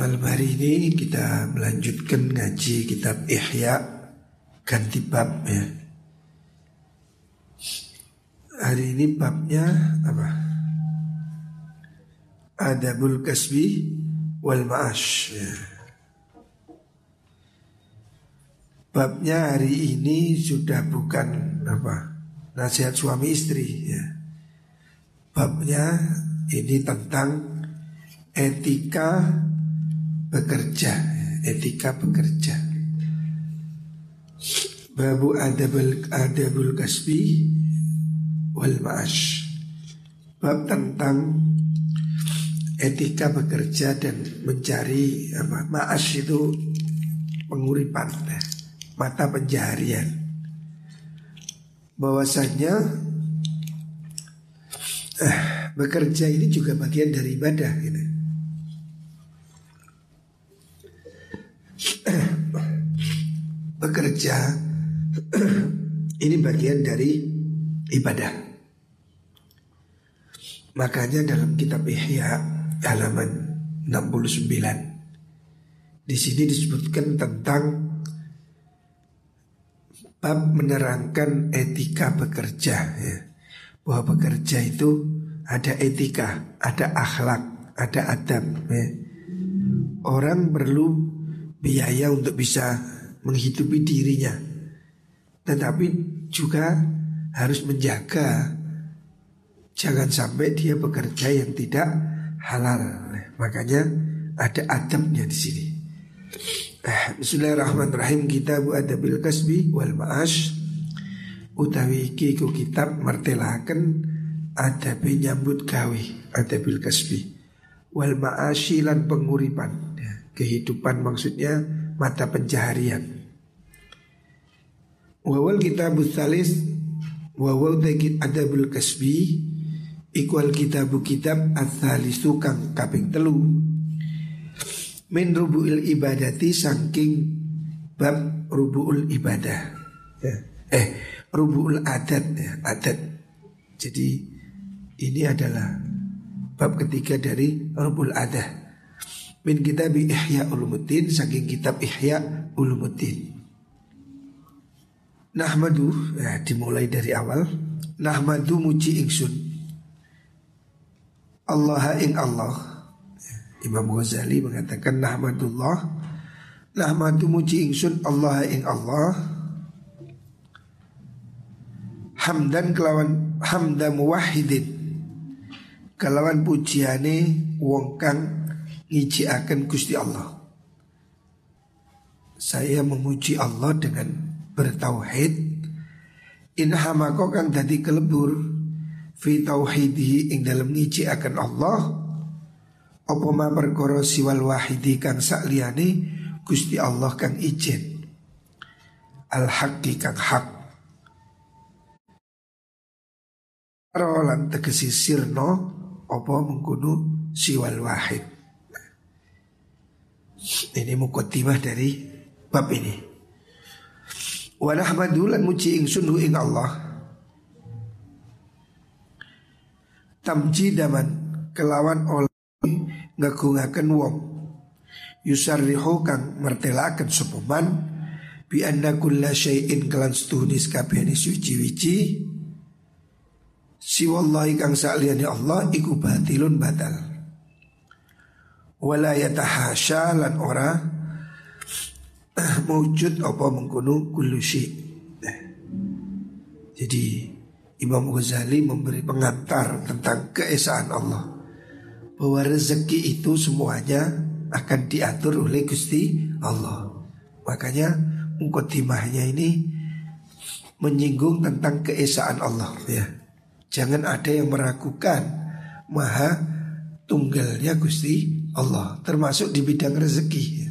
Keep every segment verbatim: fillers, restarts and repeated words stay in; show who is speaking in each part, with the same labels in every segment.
Speaker 1: Malam hari ini kita melanjutkan ngaji kitab Ihya, ganti bab ya. Hari ini babnya apa? Adabul kasbi wal ma'ash ya. Babnya hari ini sudah bukan apa? Nasihat suami istri ya. Babnya ini tentang etika bekerja, etika bekerja. Babu adabul adabul kasbi wal ma'ash. Bab tentang etika bekerja dan mencari apa? Ma'ash itu penguripan, mata pencaharian. Bahwasanya eh, bekerja ini juga bagian dari ibadah gitu. Bekerja ini bagian dari ibadah. Makanya dalam kitab Ihya halaman enam puluh sembilan di sini disebutkan tentang bab menerangkan etika bekerja ya. Bahwa bekerja itu ada etika, ada akhlak, ada adab ya. Orang perlu biaya untuk bisa menghidupi dirinya, tetapi juga harus menjaga jangan sampai dia bekerja yang tidak halal. Makanya ada adabnya di sini. Bismillahirrahmanirrahim. Kitab Adabil Kasbi wal Ma'ash utawi iki ku kitab martelaken adabe nyambut gawe, Adabil Kasbi wal Ma'ashi lan penguripan ya, kehidupan maksudnya mata pencaharian. Wawal kitabus salis wawal dagit adabul kasbi ikwal kitabu kitab as-salisu kang kaping telu min rubu'il ibadati saking bab rubu'ul ibadah ya. Eh rubu'ul adat ya, adat. Jadi ini adalah bab ketiga dari rubu'ul adat min kitab Ihya Ulumuddin, saking kitab Ihya Ulumuddin. Nahmadu ya, dimulai dari awal. Nahmadu muji ingsun Allah ing Allah ya, Imam Ghazali mengatakan Nahmadullah, Nahmadu muji ingsun Allah ing Allah hamdan kelawan hamda muwahhidin, kelawan pujiane wong kang ngijiaken Gusti Allah. Saya memuji Allah dengan bertauhid. In hamako kang dadi kelebur fi tauhidihi ing dalam ngijiaken Allah apa ma perkara siwal wahidi kang sakliyane Gusti Allah kang ijen al haqqi kang hak rolan tegesi sirno apa mengkono siwal wahid. Ini mukaddimah dari bab ini. Wa nahmadu lan muji ingsun hu ing Allah tamjidaman kelawan oleh ngagungaken wong yusarrihu kang mertelaken sapa man bi anna kulla syai'in kelan setunis kabehane suci-wici siwallahi kang saliyane Allah iku batilun batal wala yatahasya lan ora mewujud apa mengkono kullu syai'. Jadi Imam Ghazali memberi pengantar tentang keesaan Allah, bahwa rezeki itu semuanya akan diatur oleh Gusti Allah. Makanya mukaddimahnya ini menyinggung tentang keesaan Allah ya. Jangan ada yang meragukan maha tunggalnya Gusti Allah, termasuk di bidang rezeki ya.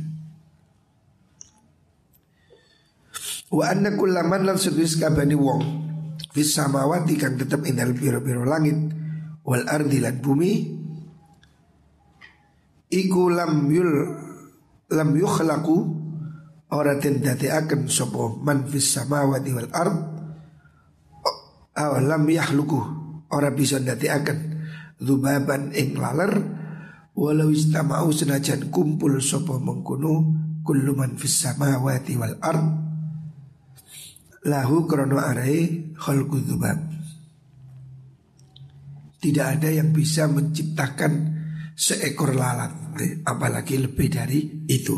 Speaker 1: Wa anna kullaman lan sedus kabani wong fis samawati kang tetep ing dalem pira-pira langit wal ardi lan bumi iku lam yul lam yukhlaqu ora den dadekaken sapa man fis samawati wal ard aw lam yahluku ora bisa dadekaken dzubaban ing laler walau istama'u senajan kumpul sapa mengkono kullu man fis samawati wal ard lahu krono arai khalqu dzubab. Tidak ada yang bisa menciptakan seekor lalat, apalagi lebih dari itu.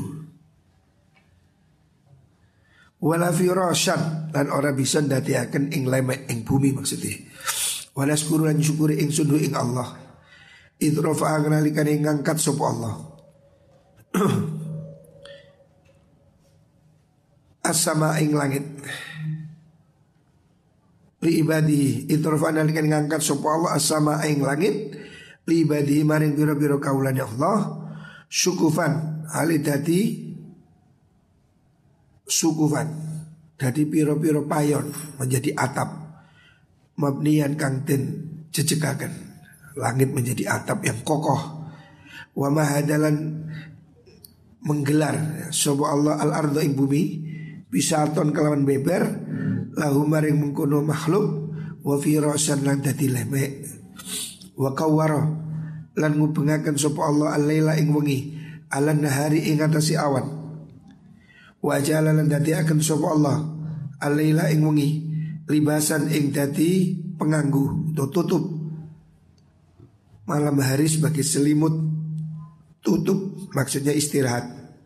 Speaker 1: Wala firasyan lan ora bisa ndadekaken ing lemek ing bumi maksudnya. Wala syukur lan syukuri ing sundu ing Allah. Idrofa nalikan ing ngangkat sapa Allah. As-sama ing langit. Li ibadihi idrofa nalikan ngangkat sapa Allah as-sama ing langit. Li ibadihi maring biro-biro kaulane Allah. Syukufan alidati sukufan dadi piro-piro payon menjadi atap mabniyan kang den jejekaken langit menjadi atap yang kokoh wa mahadalan menggelar sapa Allah al-ardha ing bumi bisa ton kelawan beber lahu maring mengkono makhluk wa firasan lan dadi lemek wa kawara lan ngubengaken sapa Allah al-laila ing wengi alan nahari ing atase awan. Wa jalalan dadi akan sapa Allah al-laila ing wengi libasan ing dadi penganggu atau tutup malam hari sebagai selimut tutup maksudnya istirahat.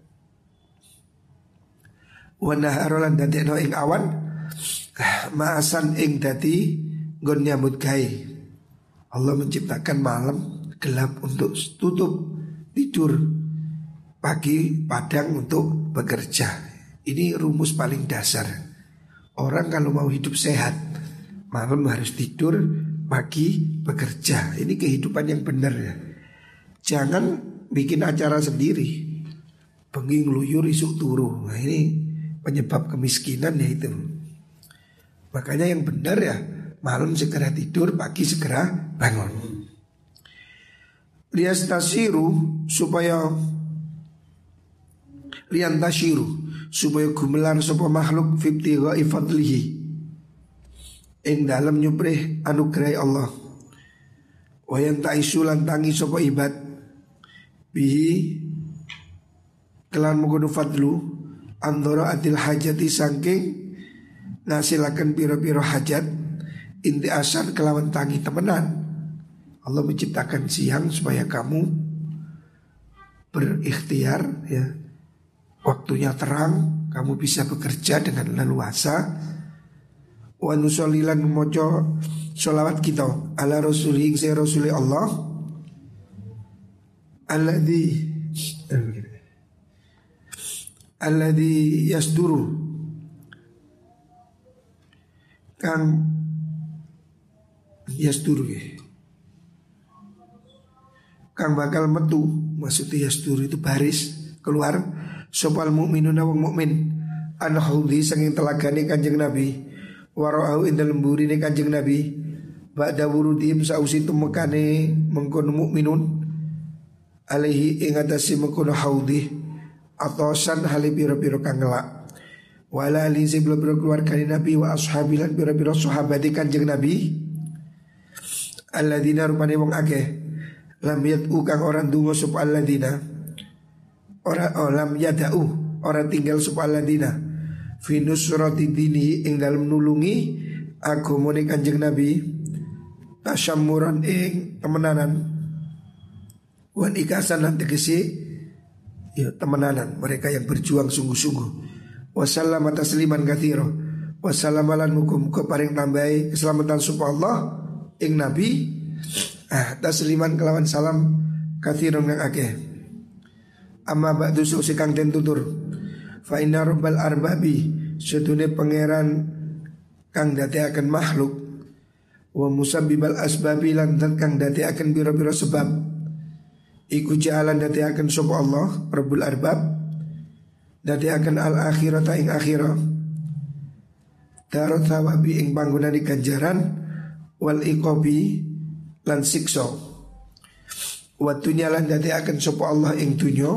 Speaker 1: Wa naharolan dadi no ing awan maasan ing dadi nggon nyambut gawe. Allah menciptakan malam gelap untuk tutup tidur, pagi padang untuk bekerja. Ini rumus paling dasar. Orang kalau mau hidup sehat, malam harus tidur, pagi bekerja. Ini kehidupan yang benar ya. Jangan bikin acara sendiri, bengi ngluyur isuk turu. Nah ini penyebab kemiskinan ya itu. Makanya yang benar ya malam segera tidur, pagi segera bangun. Liyastasiru supaya liantashiru supaya gumelar sapa makhluk fibtigha fadlihi ing dalam nyuprih anugerah Allah wa yantaisu lan tangi sapa ibad bihi kelan mengkono fadlu andara atil hajati saking ngasilaken pira-pira hajat inti asar kelawan tangi temenan. Allah menciptakan siang supaya kamu berikhtiar ya. Waktunya terang, kamu bisa bekerja dengan leluasa. Wa nusollilan moco sholawat kita ala rasulih saya rasuli Allah alladzi alladzi yasduru kang yasduru kang bakal metu maksudnya yasduru itu baris keluar sopal mukminuna wong mukmin an haudhi sanging telagane Kanjeng Nabi wara'au indal mburine Kanjeng Nabi ba'da wurudihim sausi tumekane mengkono mukminun alaihi ing atase mengkono haudhi atosan hale pira-pira kang ngelak wala li sebelum keluarga Nabi wa ashabilan pira-pira sahabat Kanjeng Nabi alladzina rupane wong akeh lam yatu kang orang dungo sapa alladzina Orang olam yada'u orang tinggal sapa alladzina fi nusrati dini ing dalem nulungi agamane Kanjeng Nabi tasyammuran ing temenanan wan ikasan lan tegese ya temenanan mereka yang berjuang sungguh-sungguh wasallama tasliman katsira wasallama lan muga-muga paring tambahi keselamatan sapa Allah ing Nabi ah tasliman kelawan salam katsiran kang akeh. Amma ba'du suksi kang den tutur fa inna rabbal arbabi sedune pangeran kang dadekaken makhluk wa musabbibal asbabi lan kang dadekaken biro-biro sebab iku jalan dadekaken sapa Allah rabbul arbab dadekaken al akhirata ing akhirah darut thawabi ing panggonan ganjaran wal iqabi lan siksa Waktunya lan dadi akan sapa Allah ing dunya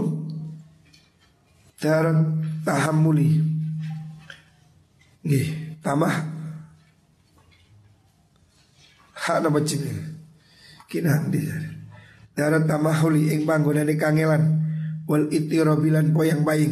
Speaker 1: darat tahammuli nggih tamah hana bacine kina dia darat tamahuli ing panggonane kangelan, wal itirabilan poyang paing,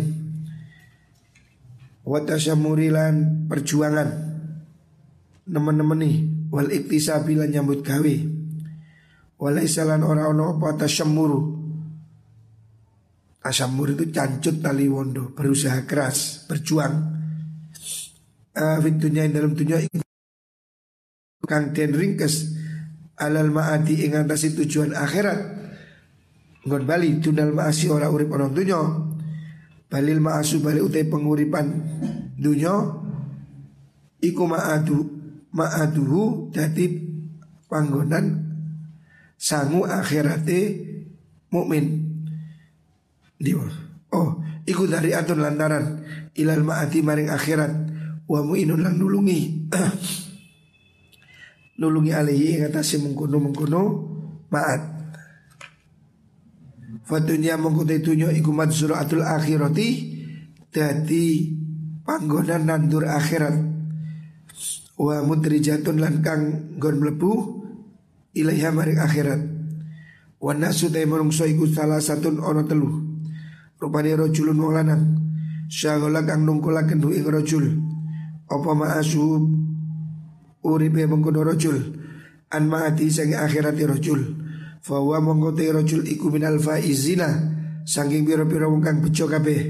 Speaker 1: wa tasyamurilan perjuangan nemen-nemeni, wal iktisabilan nyambut gawe, walaisalan ora ono apa tasyammuru. Tasyamur itu cancut tali wondo, berusaha keras, berjuang. Uh, Fitunya yang dalam dunia kang den ringkes alal maati ing atase tujuan akhirat. Nggon bali dunal maasi ora urip ana dunya. Balil maasu bali utai penguripan dunya iku maadu maaduhu dadi panggonan sangu akhirate mukmin. Diwa. Oh, iku dari atun lantaran ilal maati maring akhirat wa mu'inun lan nulungi nulungi alaihi ing atase mengkono-mengkono maat. Fatunya mengkutai dunya iku madzuraatul akhirati dadi panggonan nandur akhirat. Wa mudrijatun lan kang nggon mlebu ilaiha maring akhirat. Wa nasu ta manungsa iku salah satun ana telu. Rupane rajulun wong lanang syaghala kang nungkulaken ing rajul apa ma'asu uripe mengkono rajul an ma'ati sange akhirati rajul fa wa mongko te rajul iku minal faizina saking pira-pira wong kang bejo kabeh.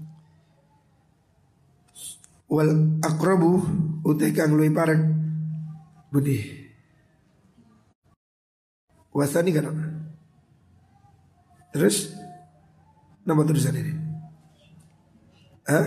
Speaker 1: Wal aqrabu utai kang luwih parek budi wasani kan. Terus nama tulisan ini hah?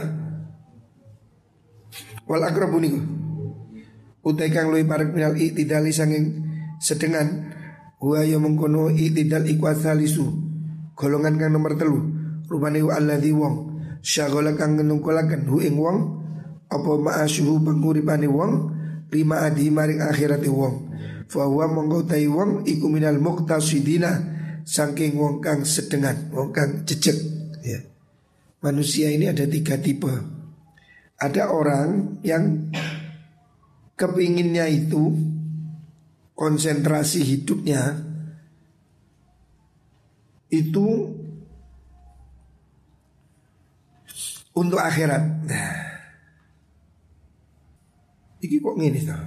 Speaker 1: Wal akrabu niku utai kang luwih parek minal i'tidali sanging sedengan wa ya mengkono i'tidal iku asalisu golongan kang nomor telu rupane wa alladzi wong syaghala kang nungkulaken hu ing wong apa ma'asyuhu panguripane wong lima adi maring akhirate wong fa huwa mongko tai wong iku minal muqtasidina saking wong kang sedengan, wong kang jejeg ya. Manusia ini ada tiga tipe. Ada orang yang kepinginnya itu konsentrasi hidupnya itu untuk akhirat. Nah, ini kok gini tuh?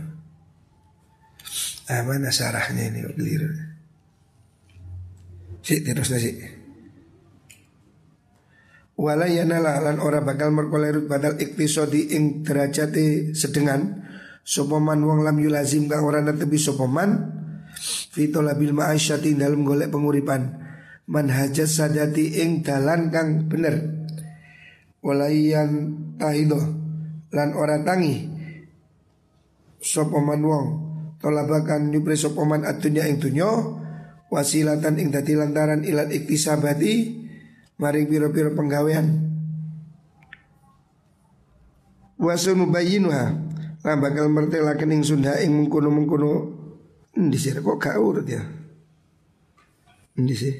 Speaker 1: Ah, mana sarahnya ini kok keliru? Sik terus nasi. Wala yanala lan ora bakal merkolerut badal iktisodi ing derajate sedengan sopaman wong lam yulazim kang ora netepi sopaman fitolabil ma'asyati dalam golek penguripan manhajat sadati ing dalan kang bener. Walayan tahido lan ora tangi sopaman wong tolabakan nyupre sopaman atunya ing dunyo wasilatan ing dadi lantaran ilal iktisabati maring pira-pira penggawean wasun mubayyinuha lan bakal mertelaken ing sunda ing mengkono-mengkono endi sih kok gak urut ya endi sih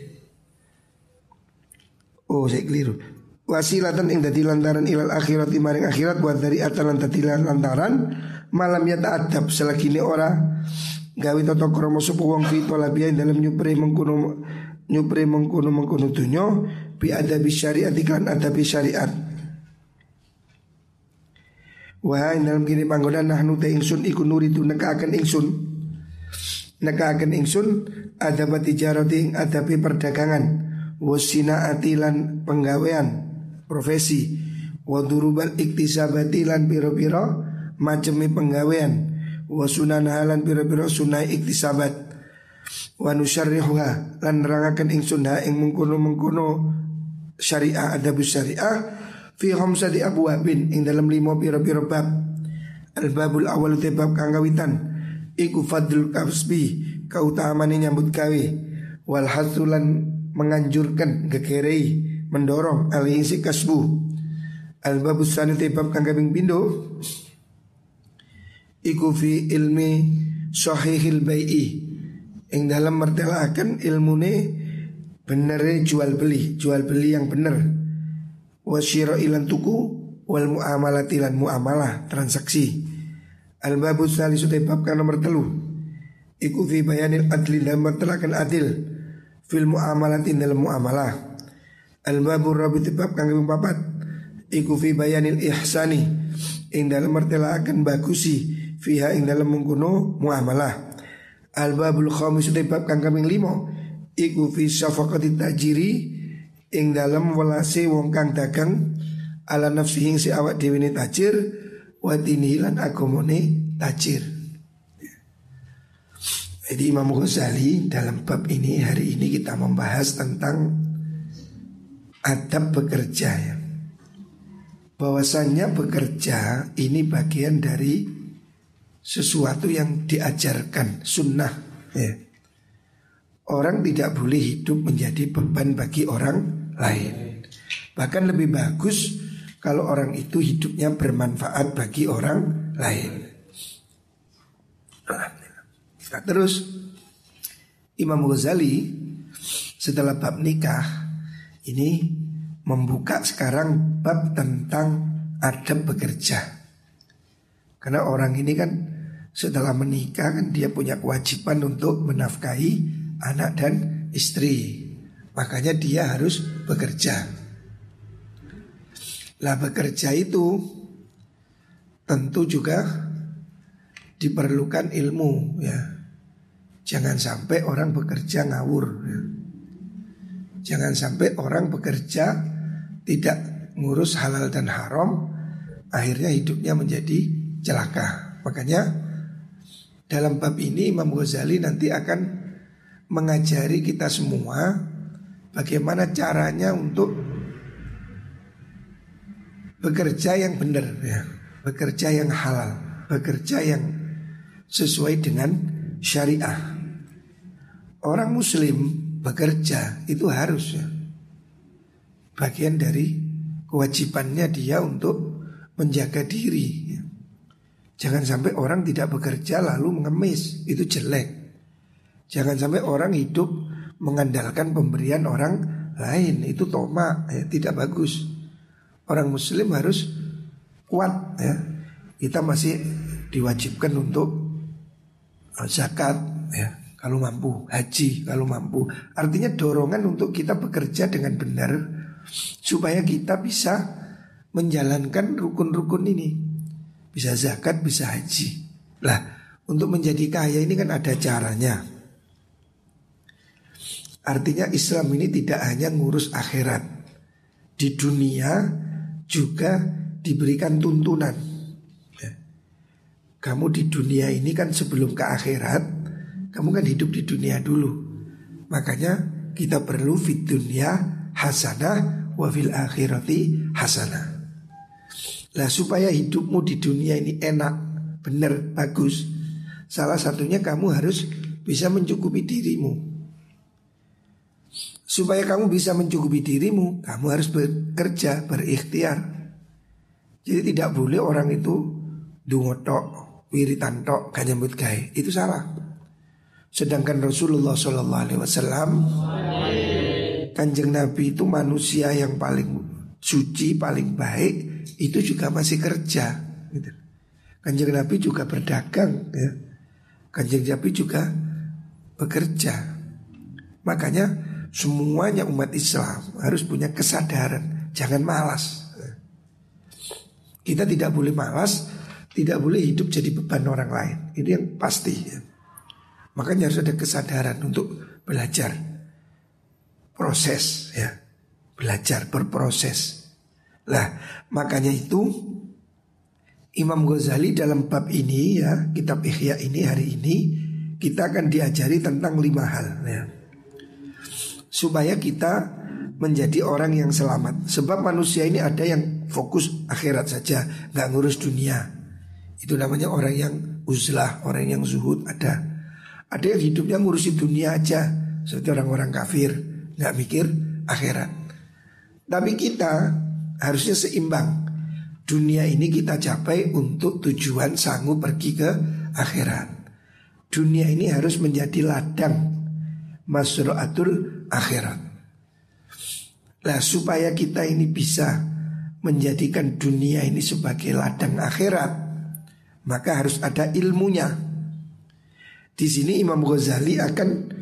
Speaker 1: oh saya keliru wasilatan ing dadi lantaran ilal akhirati maring akhirat wa dari atalan dadi lantaran malam ya ta'adab selagi ini ora gawe tata krama sapa wong fi talabiya dalam nyupre mengkono nyupre mengkono mengkono dunya bi adabi syariat iklan adabi syariat. Wa dalam kini panggonan nahnu ta ingsun iku nuridu nekaken ingsun nekaken ingsun adab tijarati ing adabi perdagangan wasina atilan penggawean profesi wa durubal iktisabati lan pira-pira macemi penggawean wa sunan halan pira-pira sunai iktisabat wa nusyarrihuha lan nerangaken ingsun ha ing mengkono-mengkono syariah adabus syariah fi khamsati abwabin ing dalam lima pira-pira bab. Al babul awal te bab kang kawitan iku fadlul kasbi kautamane nyambut gawe wal hasulan menganjurkan gegerei mendorong alisi kasbu. Al babus sani te bab kang kaping pindho iku fi ilmi sahihil bai'i ing dalam mertelaken ilmune benere jual beli jual beli yang bener wasyira ilan tuku wal muamalati lan muamalah transaksi. Al babu salisu te bab kang nomor telu iku fi bayanil adli dalam mertelaken adil fil muamalatin dalam muamalah. Al-babur rabi tibab kang kaping papat iku fi bayanil ihsani ing dalam mertelaken bagusi fiha ing dalam mengkono muamalah. Al-babul khamis tibab kang kaping lima iku fi syafaqati tajiri ing dalam welase wong kang dagang ala nafsihi si awak dhewe ne tajir wa dinilan agamane tajir. Jadi Imam Ghazali dalam bab ini hari ini kita membahas tentang adab bekerja ya. Bahwasannya bekerja ini bagian dari sesuatu yang diajarkan sunnah ya. Orang tidak boleh hidup menjadi beban bagi orang lain. Bahkan lebih bagus kalau orang itu hidupnya bermanfaat bagi orang lain. Nah, terus Imam Ghazali setelah bab nikah ini membuka sekarang bab tentang adab bekerja. Karena orang ini kan setelah menikah kan dia punya kewajiban untuk menafkahi anak dan istri. Makanya dia harus bekerja. Lah bekerja itu tentu juga diperlukan ilmu ya. Jangan sampai orang bekerja ngawur ya. Jangan sampai orang bekerja tidak ngurus halal dan haram, akhirnya hidupnya menjadi celaka. Makanya dalam bab ini Imam Ghazali nanti akan mengajari kita semua bagaimana caranya untuk bekerja yang benar ya, bekerja yang halal, bekerja yang sesuai dengan syariah. Orang muslim bekerja itu harus ya, bagian dari kewajibannya dia untuk menjaga diri ya. Jangan sampai orang tidak bekerja lalu mengemis, itu jelek. Jangan sampai orang hidup mengandalkan pemberian orang lain, itu tomak ya, tidak bagus. Orang muslim harus kuat ya. Kita masih diwajibkan untuk zakat ya, kalau mampu, haji kalau mampu. Artinya dorongan untuk kita bekerja dengan benar supaya kita bisa menjalankan rukun-rukun ini. Bisa zakat, bisa haji. Lah, untuk menjadi kaya ini kan ada caranya. Artinya Islam ini tidak hanya ngurus akhirat. Di dunia juga diberikan tuntunan. Kamu di dunia ini kan sebelum ke akhirat, kamu kan hidup di dunia dulu. Makanya kita perlu fid dunya hasanah wa fil akhirati hasanah. Lah supaya hidupmu di dunia ini enak, benar, bagus, salah satunya kamu harus bisa mencukupi dirimu. Supaya kamu bisa mencukupi dirimu, kamu harus bekerja, berikhtiar. Jadi tidak boleh orang itu dungotok, wiritan tok, gak nyambut gawe. Itu salah. Sedangkan Rasulullah shallallahu alaihi wasallam, Kanjeng Nabi itu manusia yang paling suci, paling baik, itu juga masih kerja gitu. Kanjeng Nabi juga berdagang ya. Kanjeng Nabi juga bekerja. Makanya semuanya umat Islam harus punya kesadaran, jangan malas. Kita tidak boleh malas, tidak boleh hidup jadi beban orang lain. Ini yang pasti ya. Makanya harus ada kesadaran untuk belajar, proses ya, belajar berproses. Lah makanya itu Imam Ghazali dalam bab ini ya, kitab Ihya ini hari ini kita akan diajari tentang lima hal ya, supaya kita menjadi orang yang selamat. Sebab manusia ini ada yang fokus akhirat saja, gak ngurus dunia. Itu namanya orang yang uzlah, orang yang zuhud. Ada Ada yang hidupnya ngurusin dunia aja, seperti orang-orang kafir, gak mikir akhirat. Tapi kita harusnya seimbang. Dunia ini kita capai untuk tujuan sanggup pergi ke akhirat. Dunia ini harus menjadi ladang masru'atul akhirat. Nah supaya kita ini bisa menjadikan dunia ini sebagai ladang akhirat, maka harus ada ilmunya. Di sini Imam Ghazali akan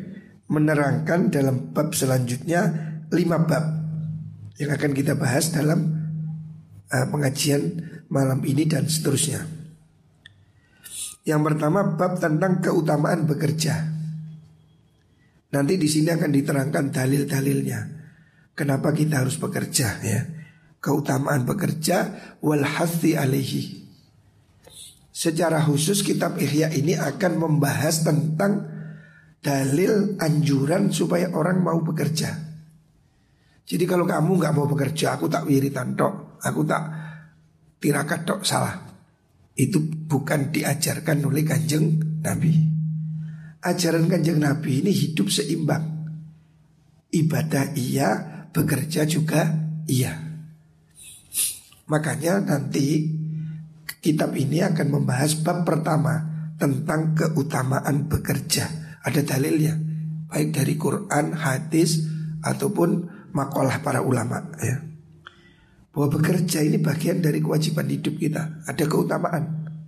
Speaker 1: menerangkan dalam bab selanjutnya lima bab yang akan kita bahas dalam uh, pengajian malam ini dan seterusnya. Yang pertama bab tentang keutamaan bekerja. Nanti di sini akan diterangkan dalil-dalilnya kenapa kita harus bekerja ya. Keutamaan bekerja wal hathi alaihi. Secara khusus kitab Ihya ini akan membahas tentang dalil anjuran supaya orang mau bekerja. Jadi kalau kamu nggak mau bekerja, aku tak wiritan tok, aku tak tirakat tok, salah. Itu bukan diajarkan oleh Kanjeng Nabi. Ajaran Kanjeng Nabi ini hidup seimbang. Ibadah iya, bekerja juga iya. Makanya nanti kitab ini akan membahas bab pertama tentang keutamaan bekerja. Ada dalilnya, baik dari Quran, hadis ataupun makalah para ulama ya. Bahwa bekerja ini bagian dari kewajiban hidup kita, ada keutamaan.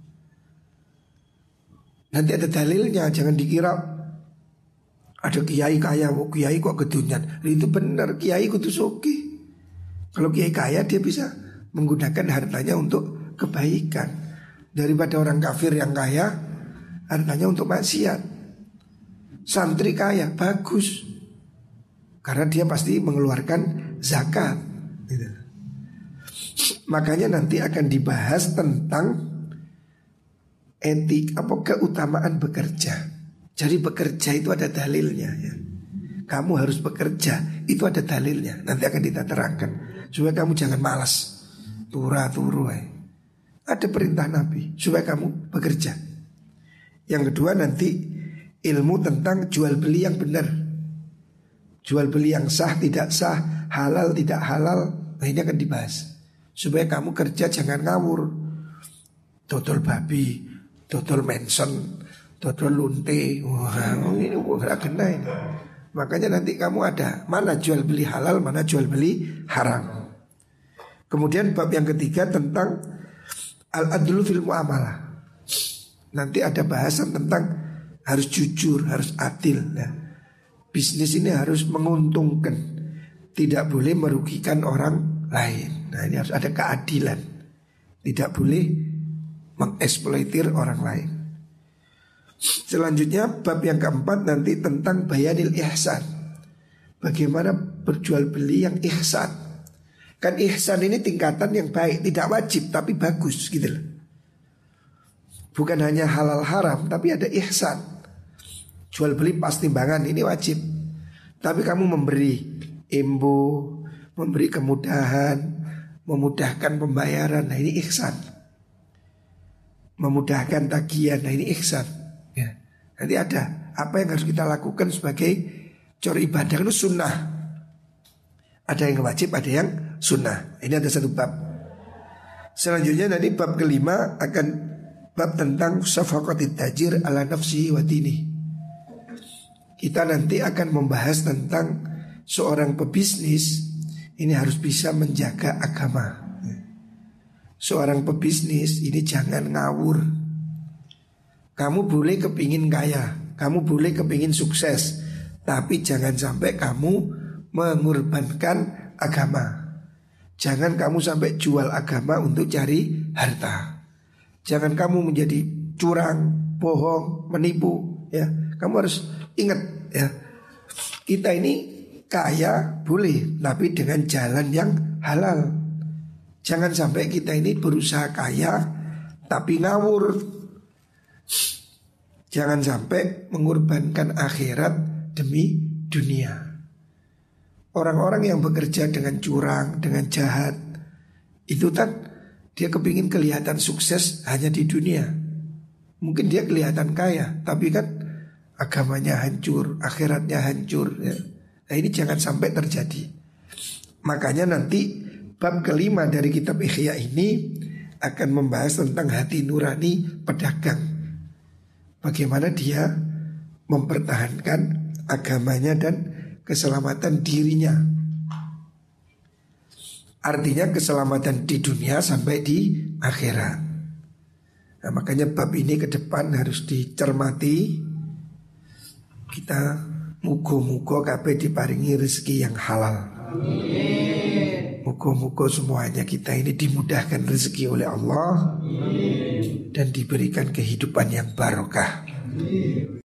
Speaker 1: Nanti ada dalilnya, jangan dikira ada kiai kaya, oh, kiai kok kedunyan. Itu benar, kiai kudu sugih. Kalau kiai kaya dia bisa menggunakan hartanya untuk kebaikan daripada orang kafir yang kaya hartanya untuk maksiat. Santri kaya bagus karena dia pasti mengeluarkan zakat gitu. Makanya nanti akan dibahas tentang etik apa keutamaan bekerja. Jadi bekerja itu ada dalilnya ya. Kamu harus bekerja, itu ada dalilnya. Nanti akan kita terangkan supaya kamu jangan malas tura-turu. Ada perintah Nabi supaya kamu bekerja. Yang kedua nanti ilmu tentang jual beli yang benar. Jual beli yang sah tidak sah, halal tidak halal. Nah ini akan dibahas supaya kamu kerja jangan ngawur. Dodol babi, dodol mensen, dodol lunte. Wah ini gak kena ini. Makanya nanti kamu ada mana jual beli halal, mana jual beli haram. Kemudian bab yang ketiga tentang al-adlu fil muamalah. Nanti ada bahasan tentang harus jujur, harus adil ya. Bisnis ini harus menguntungkan, tidak boleh merugikan orang lain. Nah ini harus ada keadilan, tidak boleh mengeksploitir orang lain. Selanjutnya bab yang keempat nanti tentang bayanil ihsan. Bagaimana berjual beli yang ihsan. Kan ihsan ini tingkatan yang baik, tidak wajib tapi bagus gitu loh. Bukan hanya halal haram tapi ada ihsan. Jual beli pas timbangan ini wajib. Tapi kamu memberi imbu, memberi kemudahan, memudahkan pembayaran, nah ini ihsan. Memudahkan tagihan, nah ini ihsan ya. Nanti ada apa yang harus kita lakukan sebagai cor ibadah itu sunnah. Ada yang wajib, ada yang sunnah. Ini ada satu bab. Selanjutnya nanti bab kelima akan bab tentang syafaqatit tajir ala nafsihi wa dini. Kita nanti akan membahas tentang seorang pebisnis ini harus bisa menjaga agama. Seorang pebisnis ini jangan ngawur. Kamu boleh kepingin kaya, kamu boleh kepingin sukses, tapi jangan sampai kamu mengorbankan agama. Jangan kamu sampai jual agama untuk cari harta. Jangan kamu menjadi curang, bohong, menipu ya. Kamu harus ingat ya. Kita ini kaya boleh, tapi dengan jalan yang halal. Jangan sampai kita ini berusaha kaya tapi ngawur. Jangan sampai mengorbankan akhirat demi dunia. Orang-orang yang bekerja dengan curang, dengan jahat, itu kan dia kepingin kelihatan sukses hanya di dunia. Mungkin dia kelihatan kaya, tapi kan agamanya hancur, akhiratnya hancur ya. Nah ini jangan sampai terjadi. Makanya nanti bab kelima dari kitab Ihya ini akan membahas tentang hati nurani pedagang. Bagaimana dia mempertahankan agamanya dan keselamatan dirinya. Artinya keselamatan di dunia sampai di akhirat. Nah, makanya bab ini ke depan harus dicermati. Kita Muga-muga kabeh diparingi rezeki yang halal. Muga-muga semuanya kita ini dimudahkan rezeki oleh Allah dan diberikan kehidupan yang barokah.